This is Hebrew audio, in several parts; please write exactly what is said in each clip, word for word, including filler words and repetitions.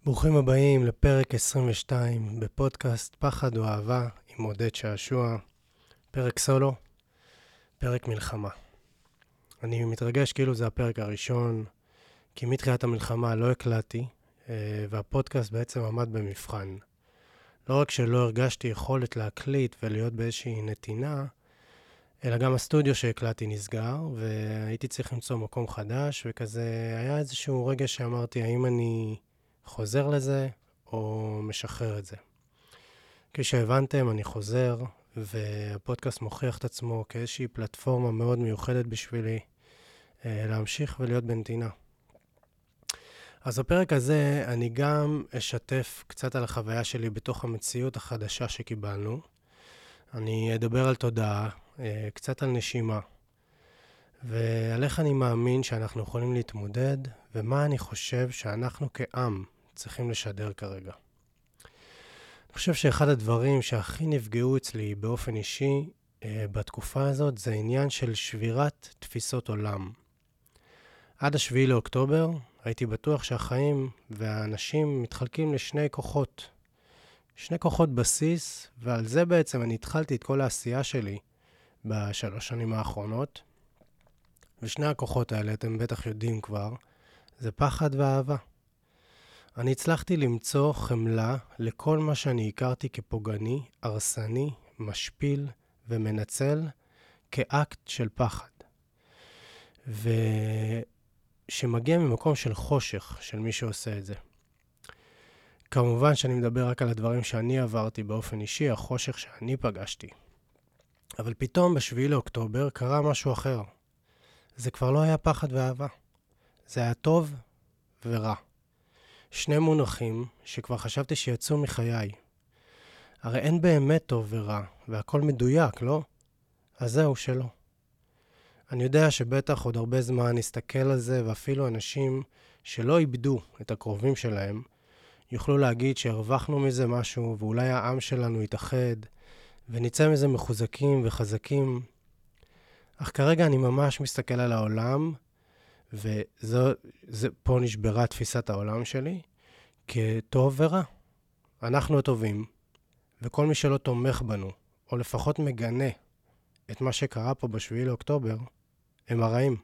ברוכים הבאים לפרק עשרים ושתיים בפודקאסט פחד או אהבה עם עודד שעשוע, פרק סולו, פרק מלחמה. אני מתרגש כאילו זה הפרק הראשון, כי מתחילת המלחמה לא הקלטתי, והפודקאסט בעצם עמד במבחן. לא רק שלא הרגשתי יכולת להקליט ולהיות באיזושהי נתינה, אלא גם הסטודיו שהקלטתי נסגר, והייתי צריך למצוא מקום חדש, וכזה היה איזשהו רגע שאמרתי, האם אני חוזר לזה או משחרר את זה. כשהבנתם, אני חוזר, והפודקאסט מוכיח את עצמו כאיזושהי פלטפורמה מאוד מיוחדת בשבילי להמשיך ולהיות בנתינה. אז בפרק הזה אני גם אשתף קצת על החוויה שלי בתוך המציאות החדשה שקיבלנו. אני אדבר על תודעה, קצת על נשימה, ועל איך אני מאמין שאנחנו יכולים להתמודד, ומה אני חושב שאנחנו כעם צריכים לשדר כרגע. אני חושב שאחד הדברים שהכי נפגעו אצלי באופן אישי בתקופה הזאת, זה עניין של שבירת תפיסות עולם. עד השביעי לאוקטובר הייתי בטוח שהחיים והאנשים מתחלקים לשני כוחות. שני כוחות בסיס, ועל זה בעצם אני התחלתי את כל העשייה שלי בשלוש שנים האחרונות. ושני הכוחות האלה, אתם בטח יודעים כבר, זה פחד ואהבה. אני הצלחתי למצוא חמלה לכל מה שאני הכרתי כפוגעני, הרסני, משפיל ומנצל כאקט של פחד. ושמגיע ממקום של חושך של מי שעושה את זה. כמובן שאני מדבר רק על הדברים שאני עברתי באופן אישי, החושך שאני פגשתי. אבל פתאום בשביעי לאוקטובר קרה משהו אחר. זה כבר לא היה פחד ואהבה. זה היה טוב ורע. שני מונחים שכבר חשבתי שיצאו מחיי. הרי אין באמת טוב ורע, והכל מדויק, לא? אז זהו שלא. אני יודע שבטח עוד הרבה זמן נסתכל על זה, ואפילו אנשים שלא איבדו את הקרובים שלהם, יוכלו להגיד שהרווחנו מזה משהו, ואולי העם שלנו יתאחד, ונצא מזה מחוזקים וחזקים. אך כרגע אני ממש מסתכל על העולם, ופה נשברה תפיסת העולם שלי, כטוב ורע. אנחנו הטובים, וכל מי שלא תומך בנו, או לפחות מגנה את מה שקרה פה בשביעי לאוקטובר, הם הרעים.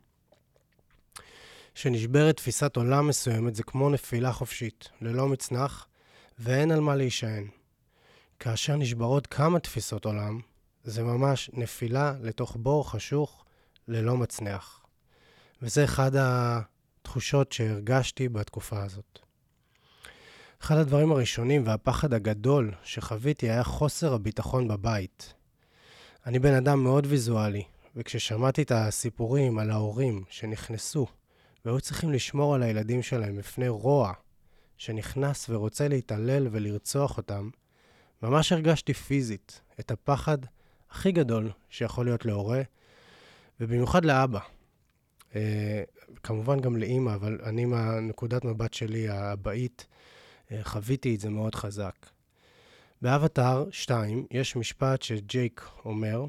שנשברת תפיסת עולם מסוימת זה כמו נפילה חופשית, ללא מצנח, ואין על מה להישען. כאשר נשברות כמה תפיסות עולם, זה ממש נפילה לתוך בור חשוך ללא מצנח. וזה אחד התחושות שהרגשתי בתקופה הזאת. אחד הדברים הראשונים והפחד הגדול שחוויתי היה חוסר הביטחון בבית. אני בן אדם מאוד ויזואלי, וכששמעתי את הסיפורים על ההורים שנכנסו והיו צריכים לשמור על הילדים שלהם בפני רוע שנכנס ורוצה להתעלל ולרצוח אותם, ממש הרגשתי פיזית את הפחד הכי גדול שיכול להיות להורה, ובמיוחד לאבא. אה, כמובן גם לאמא, אבל אני מהנקודת מבט שלי האבאית, אה, חוויתי את זה מאוד חזק. באבטר שתיים יש משפט שג'ייק אומר,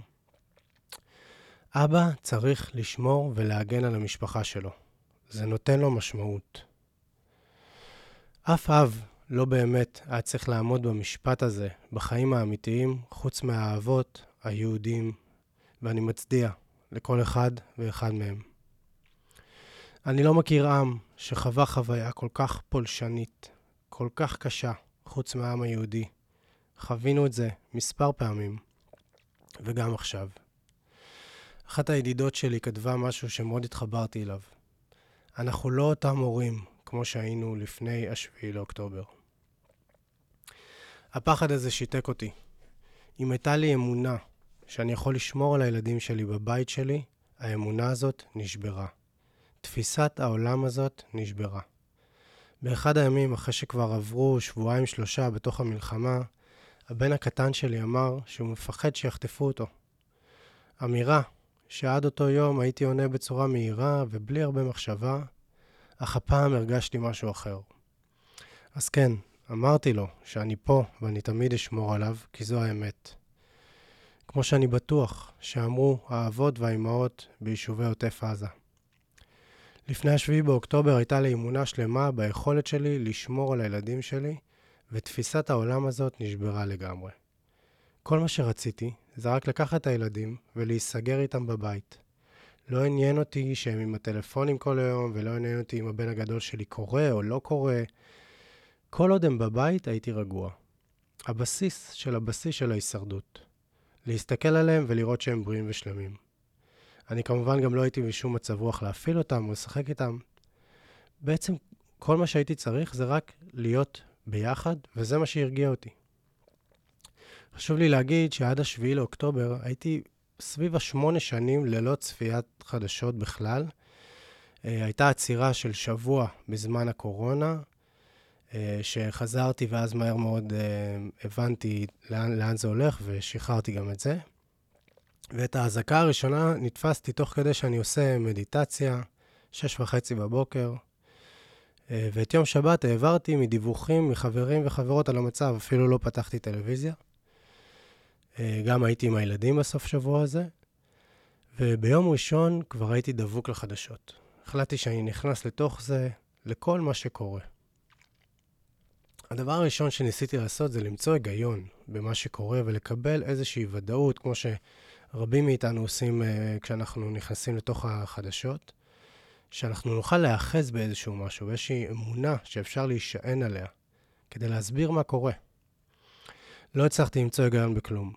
אבא צריך לשמור ולהגן על המשפחה שלו. זה נותן לו משמעות. אף אב לא באמת היה צריך לעמוד במשפט הזה בחיים האמיתיים, חוץ מהאהבות היהודים, ואני מצדיע לכל אחד ואחד מהם. אני לא מכיר עם שחווה חוויה כל כך פולשנית, כל כך קשה, חוץ מהעם היהודי. חווינו את זה מספר פעמים, וגם עכשיו. אחת הידידות שלי כתבה משהו שמאוד התחברתי אליו. אנחנו לא אותם הורים כמו שהיינו לפני השביעי לאוקטובר. הפחד הזה שיתק אותי. אם הייתה לי אמונה שאני יכול לשמור על הילדים שלי בבית שלי, האמונה הזאת נשברה. תפיסת העולם הזאת נשברה. באחד הימים, אחרי שכבר עברו שבועיים שלושה בתוך המלחמה, הבן הקטן שלי אמר שהוא מפחד שיחטפו אותו. אמירה שעד אותו יום הייתי עונה בצורה מהירה ובלי הרבה מחשבה, אך הפעם הרגשתי משהו אחר. אז כן, אמרתי לו שאני פה ואני תמיד אשמור עליו, כי זו האמת. כמו שאני בטוח שאמרו האבות והאימהות ביישובי עוטף עזה. לפני השביעי באוקטובר הייתה לי אמונה שלמה ביכולת שלי לשמור על הילדים שלי, ותפיסת העולם הזאת נשברה לגמרי. כל מה שרציתי זה רק לקחת את הילדים ולהיסגר איתם בבית. לא עניין אותי שהם עם הטלפונים כל היום, ולא עניין אותי אם הבן הגדול שלי קורא או לא קורא. כל עוד הם בבית הייתי רגוע. הבסיס של הבסיס של ההישרדות. להסתכל עליהם ולראות שהם בריאים ושלמים. אני כמובן גם לא הייתי בשום מצב רוח להפעיל אותם או לשחק איתם. בעצם כל מה שהייתי צריך זה רק להיות ביחד, וזה מה שהרגיע אותי. חשוב לי להגיד שעד השביעי לאוקטובר הייתי סביב השמונה שנים ללא צפיית חדשות בכלל. הייתה עצירה של שבוע בזמן הקורונה, שחזרתי ואז מהר מאוד הבנתי לאן, לאן זה הולך ושחררתי גם את זה. ואת ההזקה הראשונה נתפסתי תוך כדי שאני עושה מדיטציה, שש וחצי בבוקר. ואת יום שבת העברתי מדיווחים מחברים וחברות על המצב, אפילו לא פתחתי טלוויזיה. גם הייתי עם הילדים בסוף שבוע הזה. וביום ראשון כבר הייתי דבוק לחדשות. החלטתי שאני נכנס לתוך זה, לכל מה שקורה. הדבר הראשון שניסיתי לעשות זה למצוא היגיון במה שקורה ולקבל איזושהי ודאות, כמו שרבים מאיתנו עושים uh, כשאנחנו נכנסים לתוך החדשות, שאנחנו נוכל להאחז באיזשהו משהו, באיזושהי אמונה שאפשר להישען עליה, כדי להסביר מה קורה. לא הצלחתי למצוא היגיון בכלום,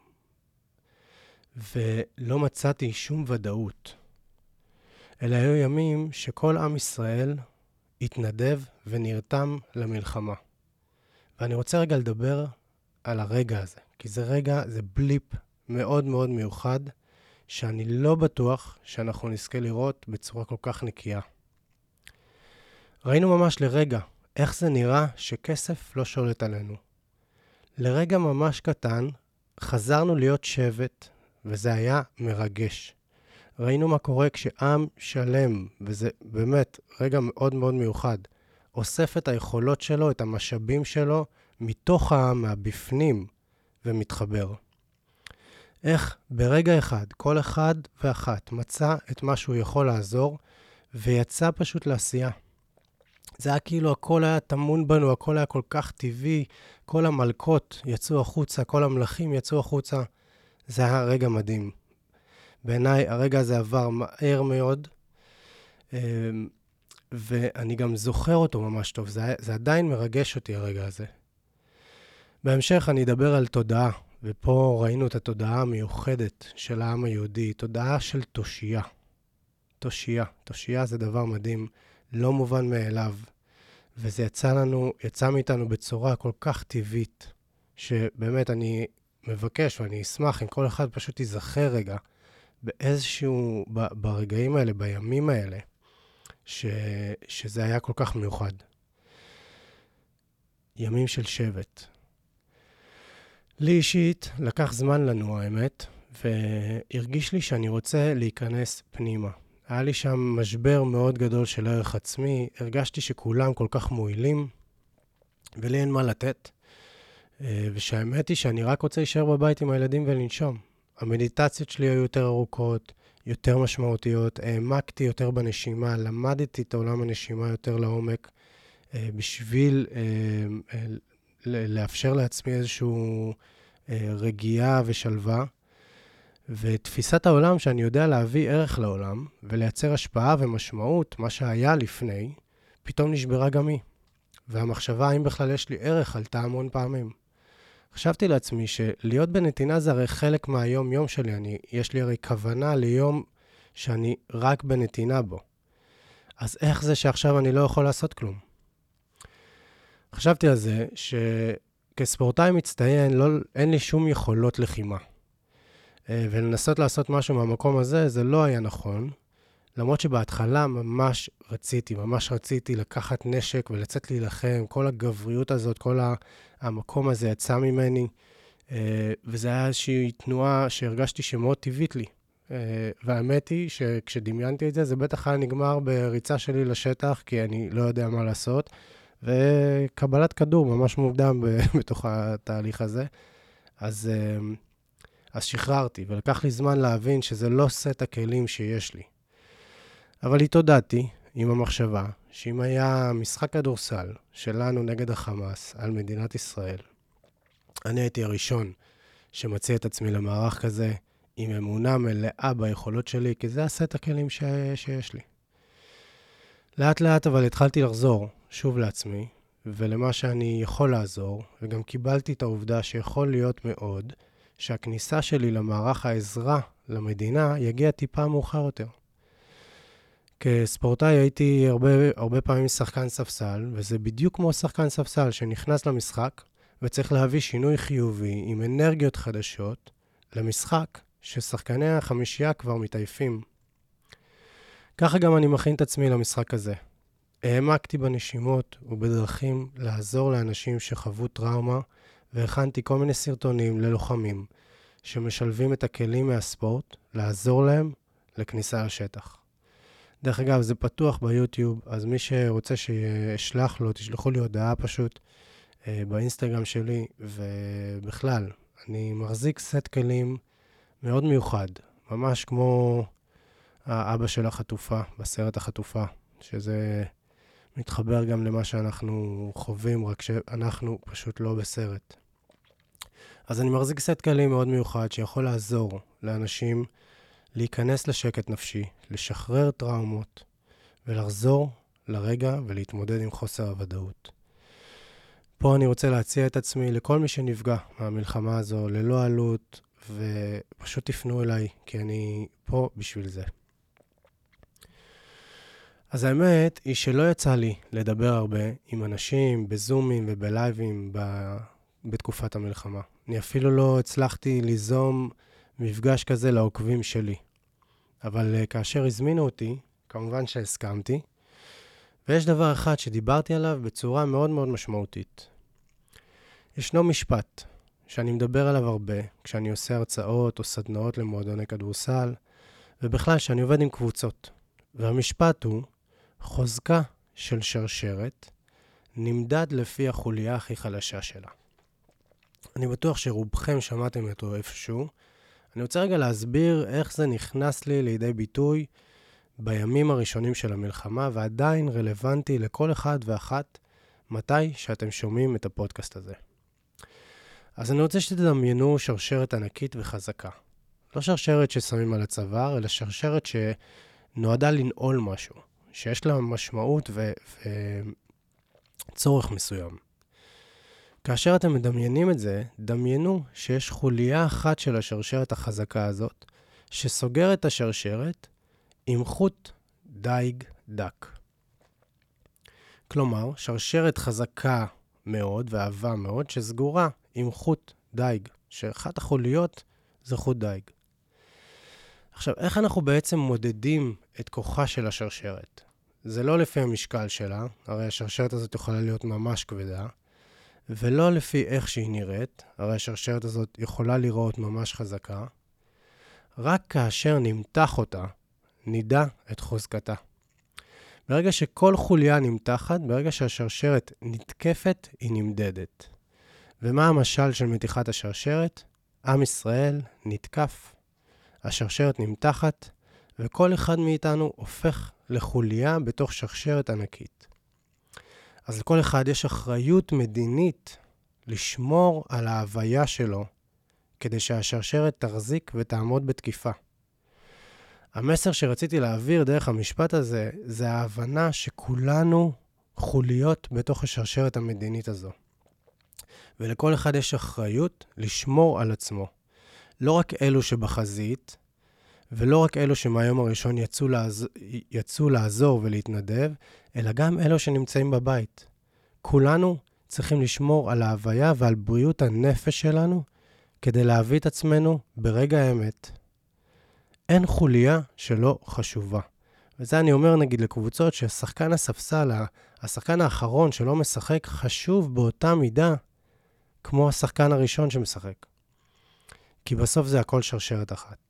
ולא מצאתי שום ודאות. אלה היו ימים שכל עם ישראל התנדב ונרתם למלחמה. ואני רוצה רגע לדבר על הרגע הזה, כי זה רגע, זה בליפ מאוד מאוד מיוחד, שאני לא בטוח שאנחנו נזכה לראות בצורה כל כך נקייה. ראינו ממש לרגע איך זה נראה שכסף לא שולט עלינו. לרגע ממש קטן חזרנו להיות שבט, וזה היה מרגש. ראינו מה קורה כשעם שלם, וזה באמת רגע מאוד מאוד מיוחד, אוסף את היכולות שלו, את המשאבים שלו, מתוך העם, מהבפנים, ומתחבר. איך ברגע אחד, כל אחד ואחת מצא את מה שהוא יכול לעזור, ויצא פשוט לעשייה. זה היה כאילו הכל היה תמון בנו, הכל היה כל כך טבעי, כל המלכות יצאו החוצה, כל המלכים יצאו החוצה. זה היה רגע מדהים. בעיניי הרגע הזה עבר מהר מאוד, ואני גם זוכר אותו ממש טוב, זה, זה עדיין מרגש אותי הרגע הזה. בהמשך אני אדבר על תודעה, ופה ראינו את התודעה המיוחדת של העם היהודי, תודעה של תושייה. תושייה, תושייה זה דבר מדהים, לא מובן מאליו, וזה יצא לנו, יצא מאיתנו בצורה כל כך טבעית, שבאמת אני מבקש ואני אשמח אם כל אחד פשוט ייזכר רגע, באיזשהו, ברגעים האלה, בימים האלה, ש, שזה היה כל כך מיוחד. ימים של שבט. לי אישית לקח זמן לנו האמת, והרגיש לי שאני רוצה להיכנס פנימה. היה לי שם משבר מאוד גדול של ערך עצמי, הרגשתי שכולם כל כך מועילים, ולי אין מה לתת, ושהאמת היא שאני רק רוצה להישאר בבית עם הילדים ולנשום. המדיטציות שלי היו יותר ארוכות, יותר משמעותיות, העמקתי יותר בנשימה, למדתי את עולם הנשימה יותר לעומק, בשביל לאפשר לעצמי איזשהו רגיעה ושלווה, ותפיסת העולם שאני יודע להביא ערך לעולם, ולייצר השפעה ומשמעות, מה שהיה לפני, פתאום נשברה גם היא. והמחשבה האם בכלל יש לי ערך עלתה המון פעמים. חשבתי לעצמי שלהיות בנתינה זה הרי חלק מהיום יום שלי, אני, יש לי הרי כוונה ליום שאני רק בנתינה בו. אז איך זה שעכשיו אני לא יכול לעשות כלום? חשבתי על זה שכספורטאי מצטיין לא, אין לי שום יכולות לחימה. ולנסות לעשות משהו מהמקום הזה, זה לא היה נכון. למרות שבהתחלה ממש רציתי, ממש רציתי לקחת נשק ולצאת להילחם, כל הגבריות הזאת, כל המקום הזה יצא ממני, וזה היה איזושהי תנועה שהרגשתי שמאוד טבעית לי. והאמת היא שכשדמיינתי את זה, זה בטח היה נגמר בריצה שלי לשטח, כי אני לא יודע מה לעשות, וקבלת כדור ממש מוקדם בתוך התהליך הזה. אז, אז שחררתי, ולקח לי זמן להבין שזה לא סט הכלים שיש לי. אבל התעודדתי עם המחשבה שאם היה משחק כדורסל שלנו נגד החמאס על מדינת ישראל, אני הייתי הראשון שמציע את עצמי למערך כזה, עם אמונה מלאה ביכולות שלי, כי זה הסט הכלים ש... שיש לי. לאט לאט אבל התחלתי לחזור שוב לעצמי, ולמה שאני יכול לעזור, וגם קיבלתי את העובדה שיכול להיות מאוד, שהכניסה שלי למערך העזרה למדינה יגיע טיפה מאוחר יותר. כספורטאי הייתי הרבה, הרבה פעמים שחקן ספסל, וזה בדיוק כמו שחקן ספסל שנכנס למשחק, וצריך להביא שינוי חיובי עם אנרגיות חדשות למשחק ששחקני החמישייה כבר מתעייפים. ככה גם אני מכין את עצמי למשחק הזה. העמקתי בנשימות ובדרכים לעזור לאנשים שחוו טראומה, והכנתי כל מיני סרטונים ללוחמים שמשלבים את הכלים מהספורט, לעזור להם לכניסה לשטח. דרך אגב, זה פתוח ביוטיוב, אז מי שרוצה שישלח לו, תשלחו לי הודעה פשוט אה, באינסטגרם שלי, ובכלל, אני מחזיק סט כלים מאוד מיוחד, ממש כמו האבא של החטופה, בסרט החטופה, שזה מתחבר גם למה שאנחנו חווים, רק שאנחנו פשוט לא בסרט. אז אני מחזיק סט כלים מאוד מיוחד, שיכול לעזור לאנשים להיכנס לשקט נפשי, לשחרר טראומות, ולחזור לרגע ולהתמודד עם חוסר הוודאות. פה אני רוצה להציע את עצמי לכל מי שנפגע מהמלחמה הזו, ללא עלות, ופשוט תפנו אליי, כי אני פה בשביל זה. אז האמת היא שלא יצא לי לדבר הרבה עם אנשים בזומים ובלייבים ב... בתקופת המלחמה. אני אפילו לא הצלחתי ליזום מפגש כזה לעוקבים שלי. אבל uh, כאשר הזמינו אותי, כמובן שהסכמתי, ויש דבר אחד שדיברתי עליו בצורה מאוד מאוד משמעותית. ישנו משפט שאני מדבר עליו הרבה, כשאני עושה הרצאות או סדנאות למועדוני כדורסל, ובכלל שאני עובד עם קבוצות. והמשפט הוא, חוזקה של שרשרת נמדד לפי החוליה הכי חלשה שלה. אני בטוח שרובכם שמעתם אותו איפשהו. אני רוצה רגע להסביר איך זה נכנס לי לידי ביטוי בימים הראשונים של המלחמה, ועדיין רלוונטי לכל אחד ואחת מתי שאתם שומעים את הפודקאסט הזה. אז אני רוצה שתדמיינו שרשרת ענקית וחזקה. לא שרשרת ששמים על הצוואר, אלא שרשרת שנועדה לנעול משהו, שיש לה משמעות ו... וצורך מסוים. כאשר אתם מדמיינים את זה, דמיינו שיש חוליה אחת של השרשרת החזקה הזאת, שסוגרת את השרשרת עם חוט דייג דק. כלומר, שרשרת חזקה מאוד ועבה מאוד, שסגורה עם חוט דייג, שאחת החוליות זה חוט דייג. עכשיו, איך אנחנו בעצם מודדים את כוחה של השרשרת? זה לא לפי המשקל שלה, הרי השרשרת הזאת יכולה להיות ממש כבדה, ולא לפי איך שהיא נראית, הרי השרשרת הזאת יכולה לראות ממש חזקה, רק כאשר נמתח אותה, נדע את חוזקתה. ברגע שכל חוליה נמתחת, ברגע שהשרשרת נתקפת, היא נמדדת. ומה המשל של מתיחת השרשרת? עם ישראל נתקף, השרשרת נמתחת, וכל אחד מאיתנו הופך לחוליה בתוך שרשרת ענקית. אז לכל אחד יש אחריות מדינית לשמור על ההוויה שלו, כדי שהשרשרת תחזיק ותעמוד בתקיפה. המסר שרציתי להעביר דרך המשפט הזה, זה ההבנה שכולנו חוליות בתוך השרשרת המדינית הזו. ולכל אחד יש אחריות לשמור על עצמו. לא רק אלו שבחזית, ולא רק אלו שמהיום הראשון יצאו, לעז... יצאו לעזור ולהתנדב, אלא גם אלו שנמצאים בבית. כולנו צריכים לשמור על ההוויה ועל בריאות הנפש שלנו, כדי להביא את עצמנו ברגע האמת. אין חוליה שלא חשובה. וזה אני אומר נגיד לקבוצות שהשחקן הספסל, השחקן האחרון שלא משחק, חשוב באותה מידה כמו השחקן הראשון שמשחק. כי בסוף זה הכל שרשרת אחת.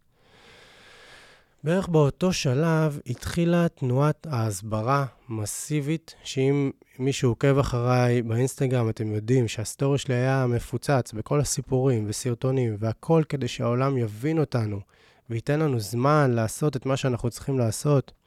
בערך באותו שלב התחילה תנועת ההסברה מסיבית, שאם מישהו עוקב אחריי באינסטגרם, אתם יודעים שהסטורי שלי היה מפוצץ בכל הסיפורים וסרטונים והכל כדי שהעולם יבין אותנו וייתן לנו זמן לעשות את מה שאנחנו צריכים לעשות.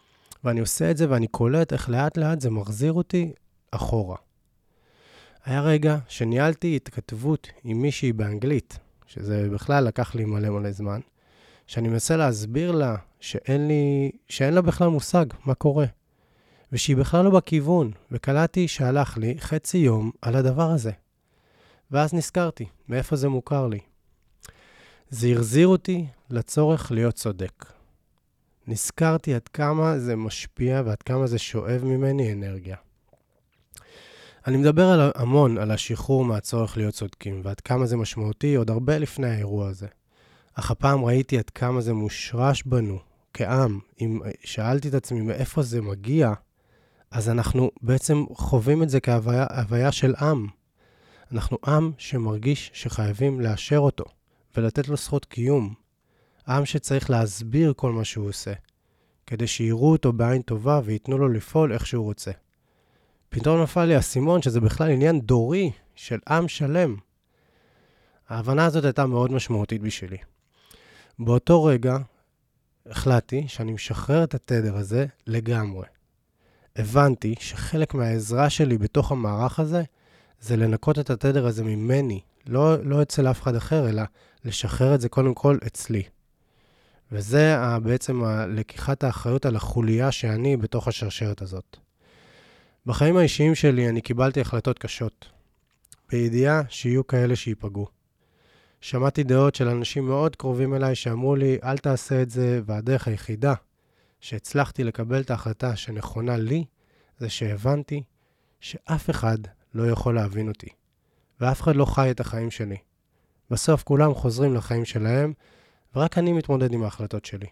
ואני עושה את זה ואני קולט איך לאט לאט זה מחזיר אותי אחורה. היה רגע שניהלתי התכתבות עם מישהי באנגלית, שזה בכלל לקח לי מלא מלא זמן, שאני מנסה להסביר לה שאין לי, שאין לה בכלל מושג מה קורה, ושהיא בכלל לא בכיוון, וקלטתי שהלך לי חצי יום על הדבר הזה. ואז נזכרתי, מאיפה זה מוכר לי. זה החזיר אותי לצורך להיות צודק. נזכרתי עד כמה זה משפיע ועד כמה זה שואב ממני אנרגיה. אני מדבר על המון על השחרור מהצורך להיות צודקים, ועד כמה זה משמעותי עוד הרבה לפני האירוע הזה. אך הפעם ראיתי עד כמה זה מושרש בנו, כעם. אם שאלתי את עצמי מאיפה זה מגיע, אז אנחנו בעצם חווים את זה כהוויה של עם. אנחנו עם שמרגיש שחייבים לאשר אותו, ולתת לו זכות קיום. עם שצריך להסביר כל מה שהוא עושה, כדי שיראו אותו בעין טובה ויתנו לו לפעול איך שהוא רוצה. פתאום נפל לי הסימון שזה בכלל עניין דורי של עם שלם. ההבנה הזאת הייתה מאוד משמעותית בשבילי. באותו רגע החלטתי שאני משחרר את התדר הזה לגמרי. הבנתי שחלק מהעזרה שלי בתוך המערך הזה זה לנקות את התדר הזה ממני, לא, לא אצל אף אחד אחר, אלא לשחרר את זה קודם כל אצלי. וזה בעצם לקיחת האחריות על החוליה שאני בתוך השרשרת הזאת. בחיים האישיים שלי אני קיבלתי החלטות קשות, בידיעה שיהיו כאלה שיפגעו. שמעתי דעות של אנשים מאוד קרובים אליי שאמרו לי, אל תעשה את זה, והדרך היחידה שהצלחתי לקבל את ההחלטה שנכונה לי, זה שהבנתי שאף אחד לא יכול להבין אותי, ואף אחד לא חי את החיים שלי. בסוף כולם חוזרים לחיים שלהם, ורק אני מתמודד עם ההחלטות שלי.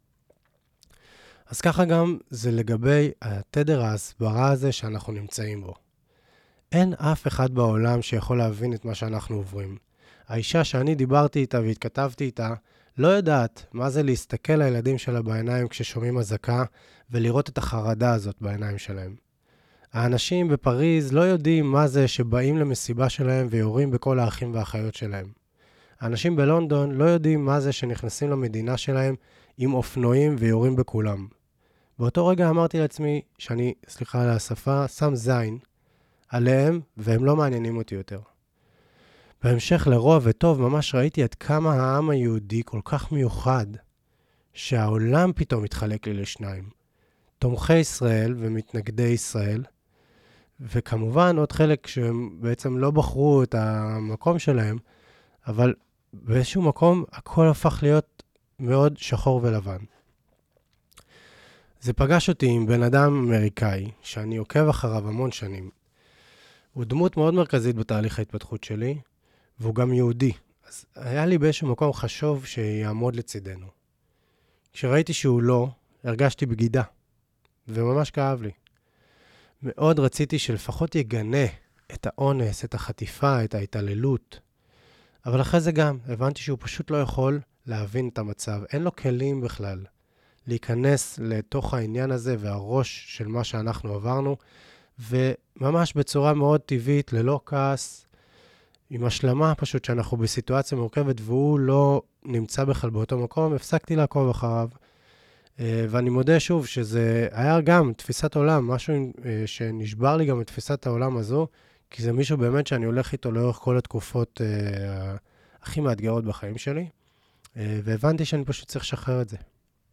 אז ככה גם זה לגבי התדר ההסברה הזה שאנחנו נמצאים בו. אין אף אחד בעולם שיכול להבין את מה שאנחנו עוברים. האישה שאני דיברתי איתה והתכתבתי איתה, לא יודעת מה זה להסתכל לילדים שלה בעיניים כששומעים אזעקה, ולראות את החרדה הזאת בעיניים שלהם. האנשים בפריז לא יודעים מה זה שבאים למסיבה שלהם ויורים בכל האחים והאחיות שלהם. האנשים בלונדון לא יודעים מה זה שנכנסים למדינה שלהם עם אופנועים ויורים בכולם. באותו רגע אמרתי לעצמי שאני, סליחה על השפה, שם זין עליהם והם לא מעניינים אותי יותר. בהמשך לרוע וטוב ממש ראיתי עד כמה העם היהודי כל כך מיוחד, שהעולם פתאום מתחלק לי לשניים. תומכי ישראל ומתנגדי ישראל, וכמובן עוד חלק שהם בעצם לא בחרו את המקום שלהם, אבל באיזשהו מקום הכל הפך להיות מאוד שחור ולבן. זה פגש אותי עם בן אדם אמריקאי, שאני עוקב אחריו המון שנים. הוא דמות מאוד מרכזית בתהליך ההתפתחות שלי, והוא גם יהודי. אז היה לי באיזשהו מקום חשוב שיעמוד לצידנו. כשראיתי שהוא לא, הרגשתי בגידה, וממש כאב לי. מאוד רציתי שלפחות יגנה את האונס, את החטיפה, את ההתעללות. אבל אחרי זה גם הבנתי שהוא פשוט לא יכול להבין את המצב. אין לו כלים בכלל להיכנס לתוך העניין הזה והראש של מה שאנחנו עברנו, וממש בצורה מאוד טבעית, ללא כעס, עם השלמה פשוט שאנחנו בסיטואציה מורכבת והוא לא נמצא בכלל באותו מקום, הפסקתי לעקוב אחריו. ואני מודה שוב שזה היה גם תפיסת עולם, משהו שנשבר לי גם את תפיסת העולם הזו, כי זה מישהו באמת שאני הולך איתו לאורך כל התקופות אה, הכי מאתגרות בחיים שלי, אה, והבנתי שאני פשוט צריך לשחרר את זה.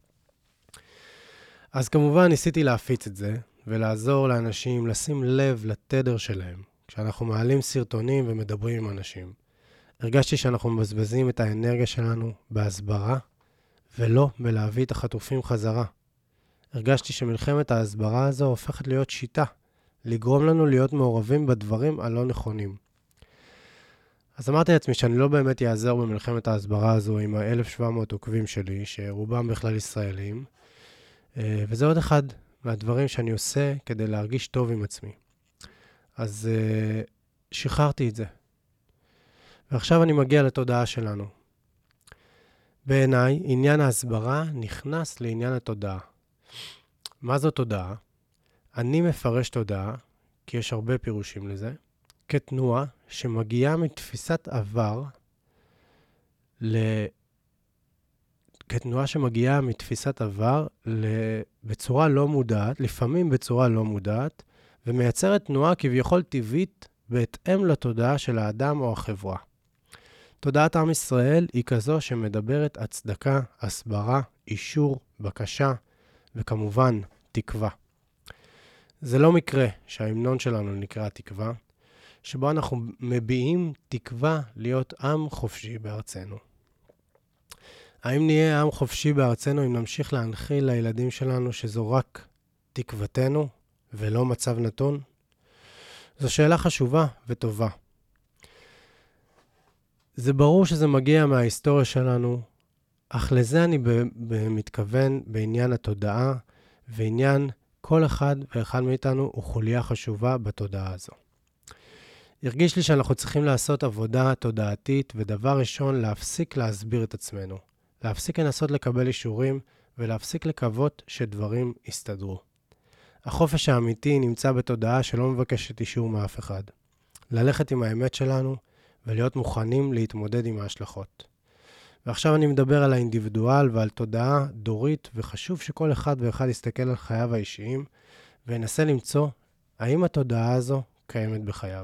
אז כמובן ניסיתי להפיץ את זה, ולעזור לאנשים לשים לב לתדר שלהם, כשאנחנו מעלים סרטונים ומדברים עם אנשים. הרגשתי שאנחנו מבזבזים את האנרגיה שלנו בהסברה, ולא בלהביא את החטופים חזרה. הרגשתי שמלחמת ההסברה הזו הופכת להיות שיטה, לגרום לנו להיות מעורבים בדברים הלא נכונים. אז אמרתי לעצמי שאני לא באמת יעזר במלחמת ההסברה הזו עם ה-אלף ושבע מאות עוקבים שלי, שרובם בכלל ישראלים, וזה עוד אחד מהדברים שאני עושה כדי להרגיש טוב עם עצמי. אז שחררתי את זה. ועכשיו אני מגיע לתודעה שלנו. בעיניי, עניין ההסברה נכנס לעניין התודעה. מה זו תודעה? אני מפרש תודעה, כי יש הרבה פירושים לזה, כתנועה שמגיעה מתפיסת עבר כתנועה שמגיעה מתפיסת עבר בצורה לא מודעת, לפעמים בצורה לא מודעת, ומייצרת תנועה כביכול טבעית בהתאם לתודעה של האדם או החברה. תודעת עם ישראל היא כזו שמדברת הצדקה, הסברה, אישור, בקשה וכמובן תקווה. זה לא מקרה שההמנון שלנו נקרא תקווה, שבו אנחנו מביעים תקווה להיות עם חופשי בארצנו. האם נהיה עם חופשי בארצנו אם נמשיך להנחיל לילדים שלנו שזו רק תקוותנו ולא מצב נתון? זו שאלה חשובה וטובה. זה ברור שזה מגיע מההיסטוריה שלנו, אך לזה אני מתכוון בעניין התודעה, ועניין כל אחד ואחד מאיתנו הוא חוליה חשובה בתודעה הזו. הרגיש לי שאנחנו צריכים לעשות עבודה תודעתית, ודבר ראשון להפסיק להסביר את עצמנו. להפסיק לנסות לקבל אישורים, ולהפסיק לקוות שדברים יסתדרו. החופש האמיתי נמצא בתודעה שלא מבקשת אישור מאף אחד. ללכת עם האמת שלנו, ולהיות מוכנים להתמודד עם ההשלכות. ועכשיו אני מדבר על האינדיבידואל ועל תודעה דורית, וחשוב שכל אחד ואחד יסתכל על חייו האישיים, וינסה למצוא האם התודעה הזו קיימת בחייו.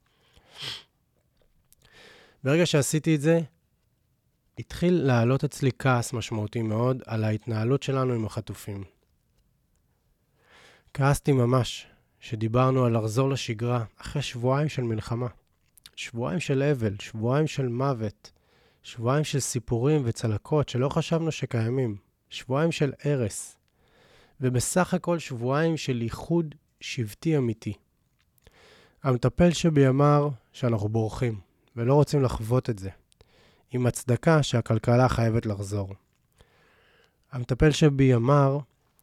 ברגע שעשיתי את זה, התחיל לעלות אצלי כעס משמעותי מאוד על ההתנהלות שלנו עם החטופים. כעסתי ממש שדיברנו על לחזור לשגרה אחרי שבועיים של מלחמה. שבועיים של אבל, שבועיים של מוות, שבועיים של סיפורים וצלקות שלא חשבנו שקיימים, שבועיים של הרס, ובסך הכל שבועיים של ייחוד שבטי אמיתי. המטפל שבי אמר שאנחנו בורחים, ולא רוצים לחוות את זה, עם הצדקה שהכלכלה חייבת לחזור. המטפל שבי אמר,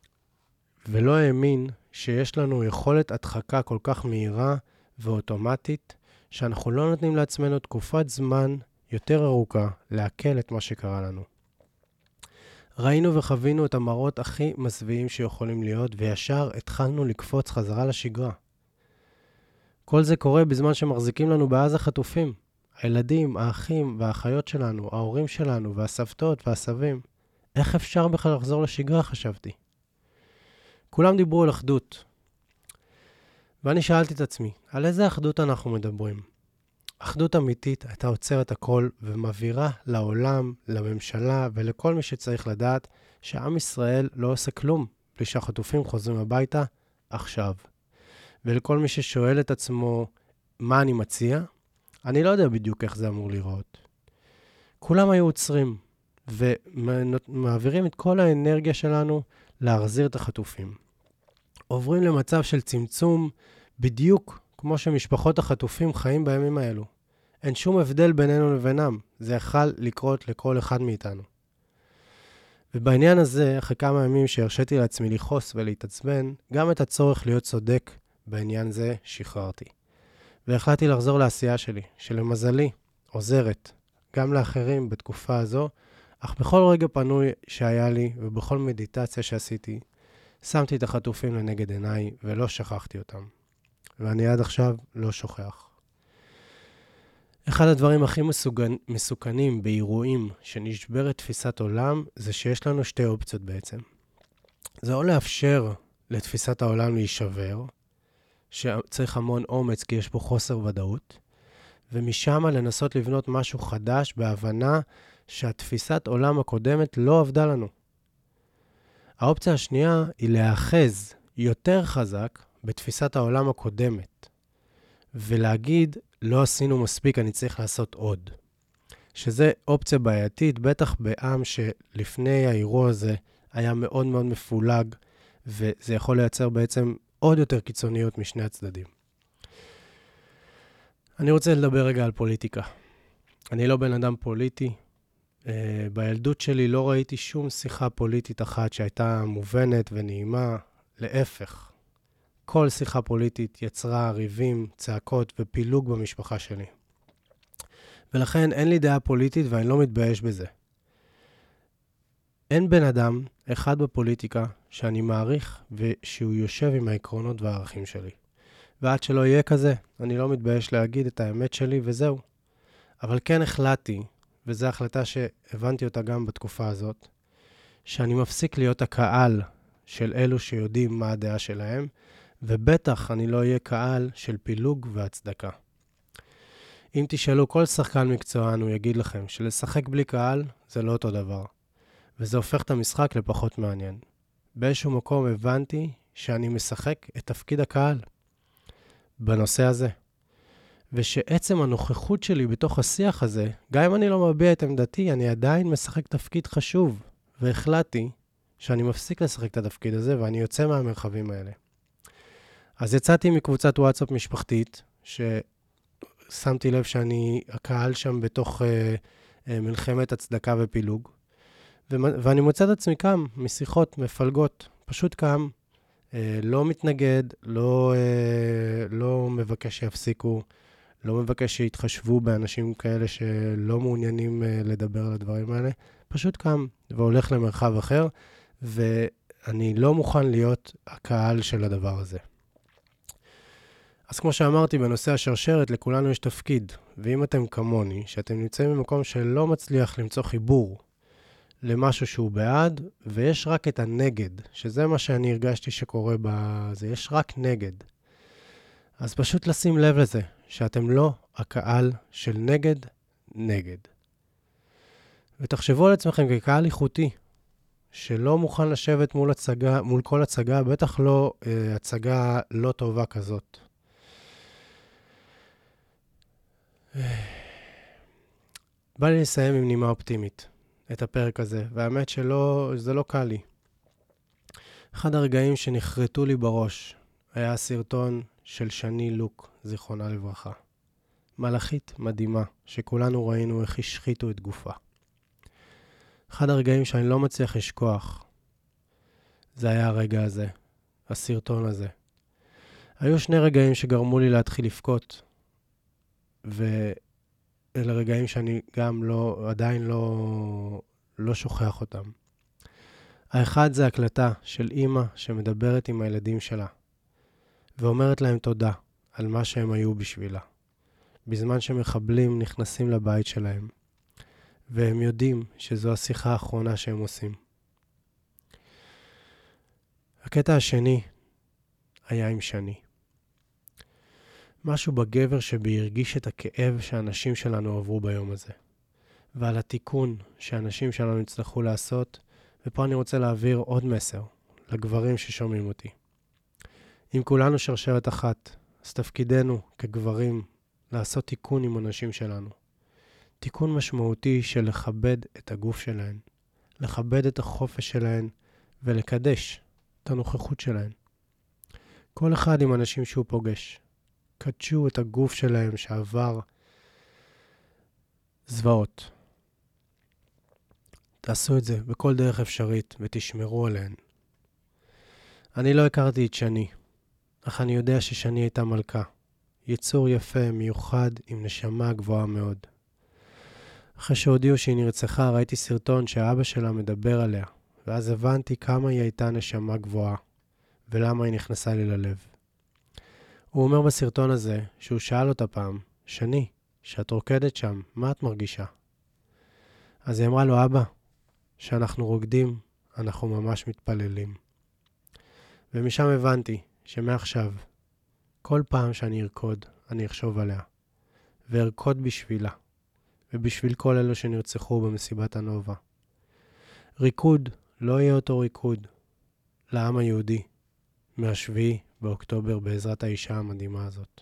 ולא האמין שיש לנו יכולת הדחקה כל כך מהירה ואוטומטית, שאנחנו לא נותנים לעצמנו תקופת זמן יותר ארוכה להקל את מה שקרה לנו. ראינו וחווינו את המראות הכי מזוויעים שיכולים להיות, וישר התחלנו לקפוץ חזרה לשגרה. כל זה קורה בזמן שמחזיקים לנו בעזה חטופים. הילדים, האחים והאחיות שלנו, ההורים שלנו והסבתות והסבים. איך אפשר בכלל לחזור לשגרה, חשבתי. כולם דיברו על אחדות. ואני שאלתי את עצמי, על איזה אחדות אנחנו מדברים? אחדות אמיתית הייתה עוצרת הכל ומבהירה לעולם, לממשלה ולכל מי שצריך לדעת שעם ישראל לא עושה כלום בלי שהחטופים חוזרים הביתה עכשיו. ולכל מי ששואל את עצמו מה אני מציע, אני לא יודע בדיוק איך זה אמור לראות. כולם היו עוצרים ומעבירים את כל האנרגיה שלנו להחזיר את החטופים. עוברים למצב של צמצום בדיוק כמו שמשפחות החטופים חיים בימים האלו. אין שום הבדל בינינו לבינם, זה יכול לקרות לכל אחד מאיתנו. ובעניין הזה, אחרי כמה ימים שהרשיתי לעצמי לכעוס ולהתעצבן, גם את הצורך להיות צודק בעניין זה שחררתי. והחלטתי לחזור לעשייה שלי, שלמזלי עוזרת גם לאחרים בתקופה הזו, אך בכל רגע פנוי שהיה לי ובכל מדיטציה שעשיתי, שמתי את החטופים לנגד עיניי ולא שכחתי אותם. ואני עד עכשיו לא שוכח. אחד הדברים הכי מסוגנ... מסוכנים באירועים שנשברת תפיסת עולם, זה שיש לנו שתי אופציות בעצם. זה או לאפשר לתפיסת העולם להישבר, שצריך המון אומץ כי יש פה חוסר ודאות, ומשם לנסות לבנות משהו חדש בהבנה שהתפיסת עולם הקודמת לא עבדה לנו. האופציה השנייה היא להאחז יותר חזק בתפיסת העולם הקודמת, ולהגיד, לא עשינו מספיק, אני צריך לעשות עוד. שזה אופציה בעייתית, בטח בעם שלפני האירוע הזה היה מאוד מאוד מפולג, וזה יכול לייצר בעצם עוד יותר קיצוניות משני הצדדים. אני רוצה לדבר רגע על פוליטיקה. אני לא בן אדם פוליטי. בילדות שלי לא ראיתי שום שיחה פוליטית אחת שהייתה מובנת ונעימה, להפך. כל שיחה פוליטית יצרה ריבים, צעקות ופילוג במשפחה שלי. ולכן אין לי דעה פוליטית ואני לא מתבייש בזה. אין בן אדם אחד בפוליטיקה שאני מעריך ושהוא יושב עם העקרונות והערכים שלי. ועד שלא יהיה כזה, אני לא מתבייש להגיד את האמת שלי וזהו. אבל כן החלטתי, וזו החלטה שהבנתי אותה גם בתקופה הזאת, שאני מפסיק להיות הקהל של אלו שיודעים מה הדעה שלהם, ובטח אני לא אהיה קהל של פילוג והצדקה. אם תשאלו כל שחקן מקצוען, הוא יגיד לכם שלשחק בלי קהל זה לא אותו דבר, וזה הופך את המשחק לפחות מעניין. באיזשהו מקום הבנתי שאני משחק את תפקיד הקהל בנושא הזה, ושעצם הנוכחות שלי בתוך השיח הזה, גם אם אני לא מביע את עמדתי, אני עדיין משחק תפקיד חשוב, והחלטתי שאני מפסיק לשחק את התפקיד הזה, ואני יוצא מהמרחבים האלה. אז יצאתי מקבוצת וואטסאפ משפחתית, ששמתי לב שאני הקהל שם בתוך אה, אה, מלחמת הצדקה ופילוג, ו- ואני מוצא את עצמי קם משיחות מפלגות, פשוט קם, אה, לא מתנגד, לא, אה, לא מבקש שיפסיקו, לא מבקש שיתחשבו באנשים כאלה שלא מעוניינים אה, לדבר על הדברים האלה, פשוט קם והולך למרחב אחר, ואני לא מוכן להיות הקהל של הדבר הזה. אז כמו שאמרתי, בנושא השרשרת, לכולנו יש תפקיד, ואם אתם כמוני, שאתם נמצאים במקום שלא מצליח למצוא חיבור למשהו שהוא בעד, ויש רק את הנגד, שזה מה שאני הרגשתי שקורה בזה, יש רק נגד. אז פשוט לשים לב לזה, שאתם לא הקהל של נגד, נגד. ותחשבו על עצמכם כקהל איכותי, שלא מוכן לשבת מול הצגה, מול כל הצגה, בטח לא אה, הצגה לא טובה כזאת. בא לי לסיים עם נימה אופטימית את הפרק הזה, והאמת שלא, זה לא קל לי. אחד הרגעים שנחרטו לי בראש היה הסרטון של שני לוק, זיכרונה לברכה. מלאכית מדהימה, שכולנו ראינו איך השחיתו את גופה. אחד הרגעים שאני לא מצליח לשכוח, זה היה הרגע הזה, הסרטון הזה. היו שני רגעים שגרמו לי להתחיל לבכות, ואלה רגעים שאני גם לא, עדיין לא, לא שוכח אותם. האחד זה הקלטה של אמא שמדברת עם הילדים שלה, ואומרת להם תודה על מה שהם היו בשבילה. בזמן שמחבלים נכנסים לבית שלהם, והם יודעים שזו השיחה האחרונה שהם עושים. הקטע השני היה עם שני. משהו בגבר שבי הרגיש את הכאב שאנשים שלנו עברו ביום הזה, ועל התיקון שאנשים שלנו הצלחו לעשות, ופה אני רוצה להעביר עוד מסר לגברים ששומעים אותי. אם כולנו שרשרת אחת, אז תפקידנו כגברים לעשות תיקון עם אנשים שלנו. תיקון משמעותי של לכבד את הגוף שלהן, לכבד את החופש שלהן ולקדש את הנוכחות שלהן. כל אחד עם אנשים שהוא פוגש. קדשו את הגוף שלהם שעבר זוועות. תעשו את זה בכל דרך אפשרית ותשמרו עליהן. אני לא הכרתי את שני, אך אני יודע ששני הייתה מלכה. יצור יפה, מיוחד, עם נשמה גבוהה מאוד. אחרי שהודיעו שהיא נרצחה, ראיתי סרטון שהאבא שלה מדבר עליה, ואז הבנתי כמה היא הייתה נשמה גבוהה, ולמה היא נכנסה לי ללב. הוא אומר בסרטון הזה, שהוא שאל אותה פעם, שני, שאת רוקדת שם, מה את מרגישה? אז היא אמרה לו, אבא, שאנחנו רוקדים, אנחנו ממש מתפללים. ומשם הבנתי שמעכשיו, כל פעם שאני ארקוד, אני אחשוב עליה, וארקוד בשבילה, ובשביל כל אלו שנרצחו במסיבת הנובה. ריקוד לא יהיה אותו ריקוד לעם היהודי, מהשביעי באוקטובר בעזרת האישה המדהימה הזאת.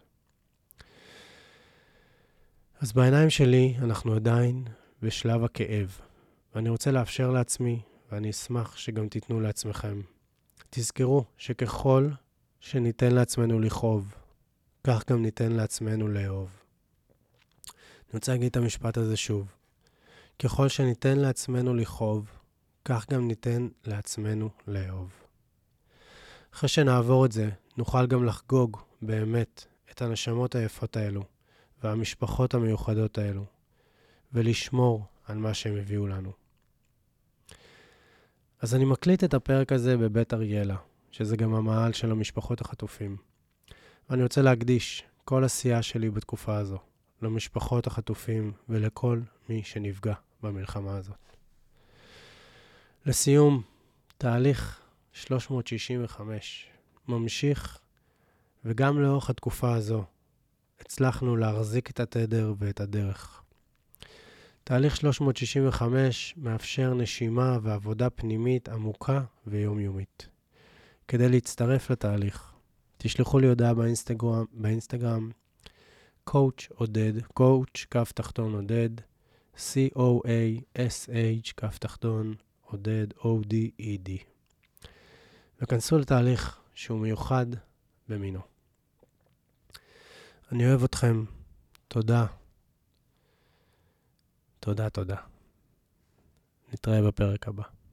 אז בעיניים שלי אנחנו עדיין בשלב הכאב, ואני רוצה לאפשר לעצמי, ואני אשמח שגם תיתנו לעצמכם. תזכרו שככל שניתן לעצמנו לכאוב, כך גם ניתן לעצמנו לאהוב. אני רוצה להגיד את המשפט הזה שוב. ככל שניתן לעצמנו לכאוב, כך גם ניתן לעצמנו לאהוב. אחרי שנעבור את זה, נוכל גם לחגוג באמת את הנשמות היפות האלו, והמשפחות המיוחדות האלו, ולשמור על מה שהם הביאו לנו. אז אני מקליט את הפרק הזה בבית אריאלה, שזה גם המעל של המשפחות החטופים. ואני רוצה להקדיש כל עשייה שלי בתקופה הזו, למשפחות החטופים ולכל מי שנפגע במלחמה הזאת. לסיום, תהליך שלוש מאות שישים וחמש ממשיך, וגם לאורך התקופה הזו הצלחנו להחזיק את התדר ואת הדרך. תהליך שלוש מאות שישים וחמש מאפשר נשימה ועבודה פנימית עמוקה ויומיומית. כדי להצטרף לתהליך, תשלחו לי הודעה באינסטגרם, באינסטגרם coach עודד, coach כף תחתון עודד, C-O-A-S-H כף תחתון עודד, O-D-E-D. וכנסו לתהליך שהוא מיוחד במינו. אני אוהב אתכם. תודה. תודה, תודה. נתראה בפרק הבא.